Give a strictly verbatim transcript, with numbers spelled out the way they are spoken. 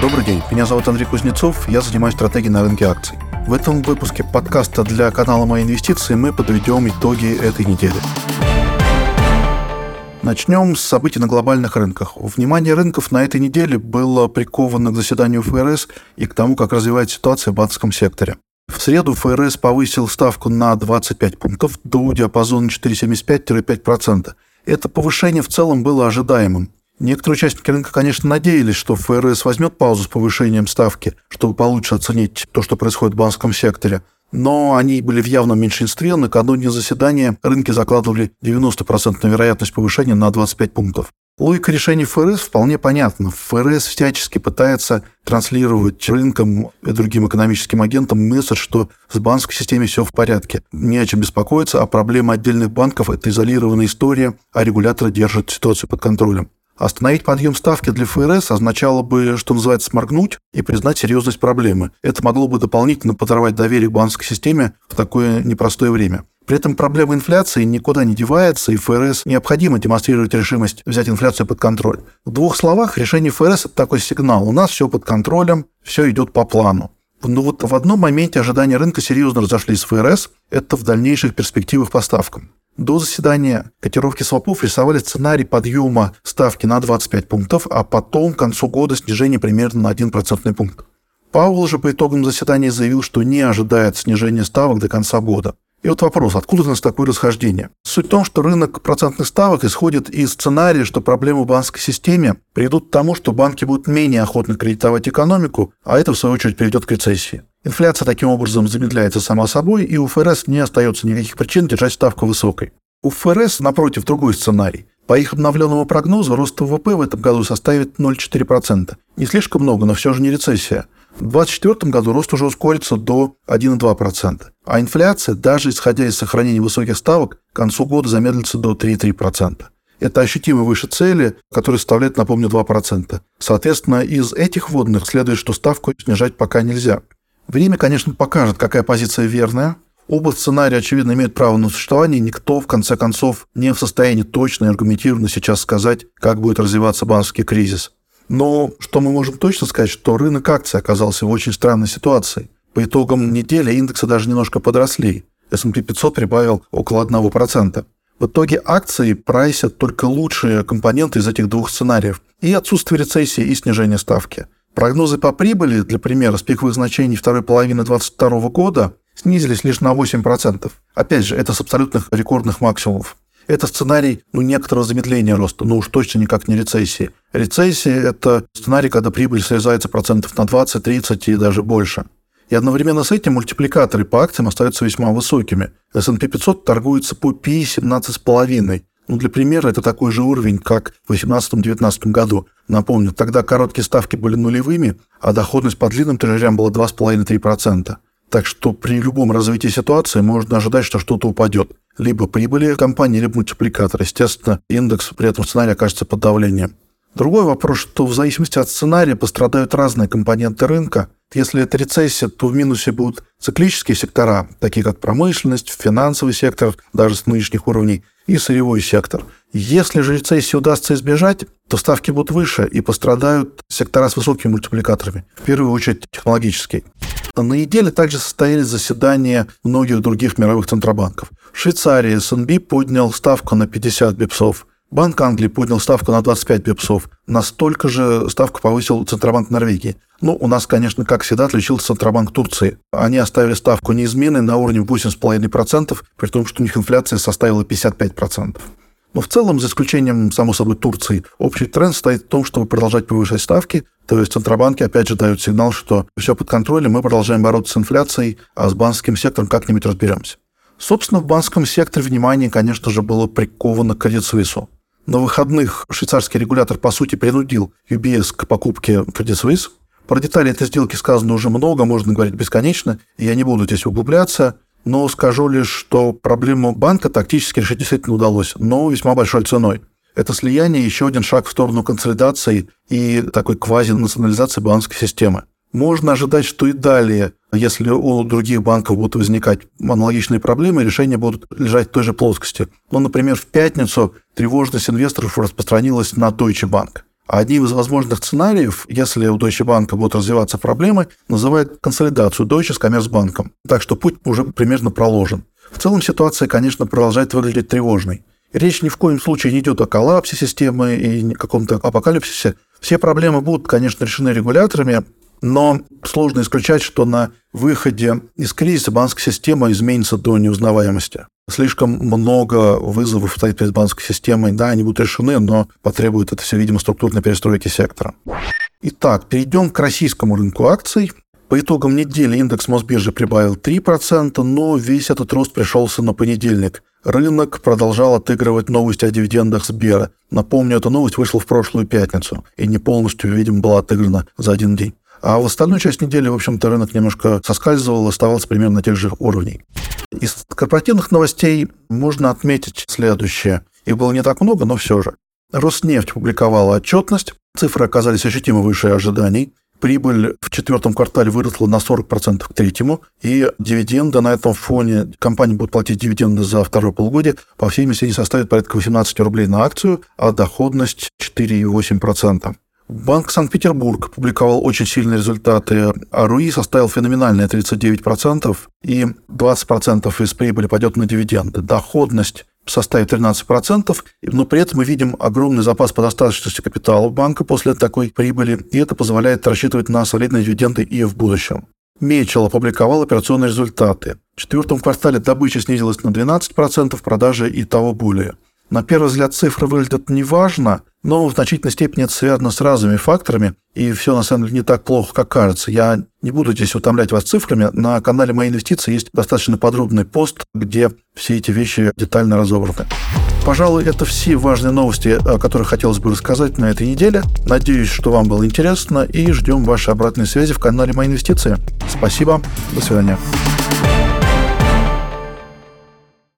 Добрый день, меня зовут Андрей Кузнецов, я занимаюсь стратегией на рынке акций. В этом выпуске подкаста для канала «Мои инвестиции» мы подведем итоги этой недели. Начнем с событий на глобальных рынках. Внимание рынков на этой неделе было приковано к заседанию эф эр эс и к тому, как развивается ситуация в банковском секторе. В среду эф эр эс повысил ставку на двадцать пять пунктов до диапазона четыре целых семьдесят пять сотых - пять процентов. Это повышение в целом было ожидаемым. Некоторые участники рынка, конечно, надеялись, что эф эр эс возьмет паузу с повышением ставки, чтобы получше оценить то, что происходит в банковском секторе. Но они были в явном меньшинстве. Накануне заседания рынки закладывали девяносто процентов вероятность повышения на двадцать пять пунктов. Логика решения эф эр эс вполне понятна. эф эр эс всячески пытается транслировать рынкам и другим экономическим агентам месседж, что с банковской системой все в порядке. Не о чем беспокоиться, а проблема отдельных банков – это изолированная история, а регуляторы держат ситуацию под контролем. Остановить подъем ставки для эф эр эс означало бы, что называется, сморгнуть и признать серьезность проблемы. Это могло бы дополнительно подорвать доверие к банковской системе в такое непростое время. При этом проблема инфляции никуда не девается, и эф эр эс необходимо демонстрировать решимость взять инфляцию под контроль. В двух словах, решение эф эр эс – это такой сигнал. У нас все под контролем, все идет по плану. Но вот в одном моменте ожидания рынка серьезно разошлись с эф эр эс – это в дальнейших перспективах по ставкам. До заседания котировки свопов рисовали сценарий подъема ставки на двадцать пять пунктов, а потом к концу года снижение примерно на один процентный пункт. Пауэлл же по итогам заседания заявил, что не ожидает снижения ставок до конца года. И вот вопрос, откуда у нас такое расхождение? Суть в том, что рынок процентных ставок исходит из сценария, что проблемы в банковской системе приведут к тому, что банки будут менее охотно кредитовать экономику, а это, в свою очередь, приведет к рецессии. Инфляция таким образом замедляется сама собой, и у эф эр эс не остается никаких причин держать ставку высокой. У эф эр эс, напротив, другой сценарий. По их обновленному прогнозу, рост вэ вэ пэ в этом году составит ноль целых четыре десятых процента. Не слишком много, но все же не рецессия. В две тысячи двадцать четвёртом году рост уже ускорится до один целых два десятых процента. А инфляция, даже исходя из сохранения высоких ставок, к концу года замедлится до три целых три десятых процента. Это ощутимо выше цели, которая составляет, напомню, два процента. Соответственно, из этих вводных следует, что ставку снижать пока нельзя. Время, конечно, покажет, какая позиция верная. Оба сценария, очевидно, имеют право на существование. Никто, в конце концов, не в состоянии точно и аргументированно сейчас сказать, как будет развиваться банковский кризис. Но что мы можем точно сказать, что рынок акций оказался в очень странной ситуации. По итогам недели индексы даже немножко подросли. эс энд пи пятьсот прибавил около одного процента. В итоге акции прайсят только лучшие компоненты из этих двух сценариев. И отсутствие рецессии, и снижение ставки. Прогнозы по прибыли, для примера, с пиковых значений второй половины две тысячи двадцать второго года снизились лишь на восемь процентов. Опять же, это с абсолютных рекордных максимумов. Это сценарий ну, некоторого замедления роста, но уж точно никак не рецессии. Рецессия – это сценарий, когда прибыль срезается процентов на двадцать-тридцать и даже больше. И одновременно с этим мультипликаторы по акциям остаются весьма высокими. эс энд пи пятьсот торгуется по пи семнадцать целых пять десятых. Ну, для примера, это такой же уровень, как в две тысячи восемнадцатом-девятнадцатом году. Напомню, тогда короткие ставки были нулевыми, а доходность по длинным трежерям была два целых пять десятых - три процента. Так что при любом развитии ситуации можно ожидать, что что-то упадет. Либо прибыли компании, либо мультипликатор. Естественно, индекс при этом сценарии окажется под давлением. Другой вопрос, что в зависимости от сценария пострадают разные компоненты рынка. Если это рецессия, то в минусе будут циклические сектора, такие как промышленность, финансовый сектор, даже с нынешних уровней, и сырьевой сектор. Если же рецессии удастся избежать, то ставки будут выше и пострадают сектора с высокими мультипликаторами, в первую очередь технологические. На неделе также состоялись заседания многих других мировых центробанков. В Швейцарии эс энд би поднял ставку на пятьдесят бипсов, Банк Англии поднял ставку на двадцать пять бипсов, настолько же ставку повысил Центробанк Норвегии. Ну, у нас, конечно, как всегда, отличился Центробанк Турции. Они оставили ставку неизменной на уровне восемь целых пять десятых процента, при том, что у них инфляция составила пятьдесят пять процентов. Но в целом, за исключением, само собой, Турции, общий тренд стоит в том, чтобы продолжать повышать ставки. То есть Центробанки опять же дают сигнал, что все под контролем, мы продолжаем бороться с инфляцией, а с банковским сектором как-нибудь разберемся. Собственно, в банковском секторе внимание, конечно же, было приковано к Credit Suisse. На выходных швейцарский регулятор, по сути, принудил ю би эс к покупке Credit Suisse. Про детали этой сделки сказано уже много, можно говорить бесконечно, и я не буду здесь углубляться, но скажу лишь, что проблему банка тактически решить действительно удалось, но весьма большой ценой. Это слияние – еще один шаг в сторону консолидации и такой квази-национализации банковской системы. Можно ожидать, что и далее, если у других банков будут возникать аналогичные проблемы, решения будут лежать в той же плоскости. Ну, например, в пятницу тревожность инвесторов распространилась на Deutsche Bank. Одним из возможных сценариев, если у Deutsche Bank будут развиваться проблемы, называют консолидацию Deutsche с Коммерцбанком. Так что путь уже примерно проложен. В целом ситуация, конечно, продолжает выглядеть тревожной. Речь ни в коем случае не идет о коллапсе системы и каком-то апокалипсисе. Все проблемы будут, конечно, решены регуляторами, но сложно исключать, что на выходе из кризиса банковская система изменится до неузнаваемости. Слишком много вызовов стоит перед банковской системой. Да, они будут решены, но потребует это все, видимо, структурной перестройки сектора. Итак, перейдем к российскому рынку акций. По итогам недели индекс Мосбиржи прибавил три процента, но весь этот рост пришелся на понедельник. Рынок продолжал отыгрывать новость о дивидендах Сбера. Напомню, эта новость вышла в прошлую пятницу и не полностью, видимо, была отыграна за один день. А в остальную часть недели, в общем-то, рынок немножко соскальзывал, оставался примерно на тех же уровнях. Из корпоративных новостей можно отметить следующее. Их было не так много, но все же. Роснефть публиковала отчетность. Цифры оказались ощутимо выше ожиданий. Прибыль в четвертом квартале выросла на сорок процентов к третьему, и дивиденды на этом фоне, компания будет платить дивиденды за второе полугодие, по всей видимости, они составят порядка восемнадцать рублей на акцию, а доходность четыре целых восемь десятых процента. Банк Санкт-Петербург публиковал очень сильные результаты. ар о и составил феноменальные тридцать девять процентов, и двадцать процентов из прибыли пойдет на дивиденды. Доходность составит тринадцать процентов, но при этом мы видим огромный запас по достаточности капитала банка после такой прибыли, и это позволяет рассчитывать на солидные дивиденды и в будущем. Мечел опубликовал операционные результаты. В четвертом квартале добыча снизилась на двенадцать процентов, продажи и того более. На первый взгляд цифры выглядят неважно, но в значительной степени это связано с разными факторами, и все на самом деле не так плохо, как кажется. Я не буду здесь утомлять вас цифрами. На канале «Мои инвестиции» есть достаточно подробный пост, где все эти вещи детально разобраны. Пожалуй, это все важные новости, о которых хотелось бы рассказать на этой неделе. Надеюсь, что вам было интересно, и ждем вашей обратной связи в канале «Мои инвестиции». Спасибо, до свидания.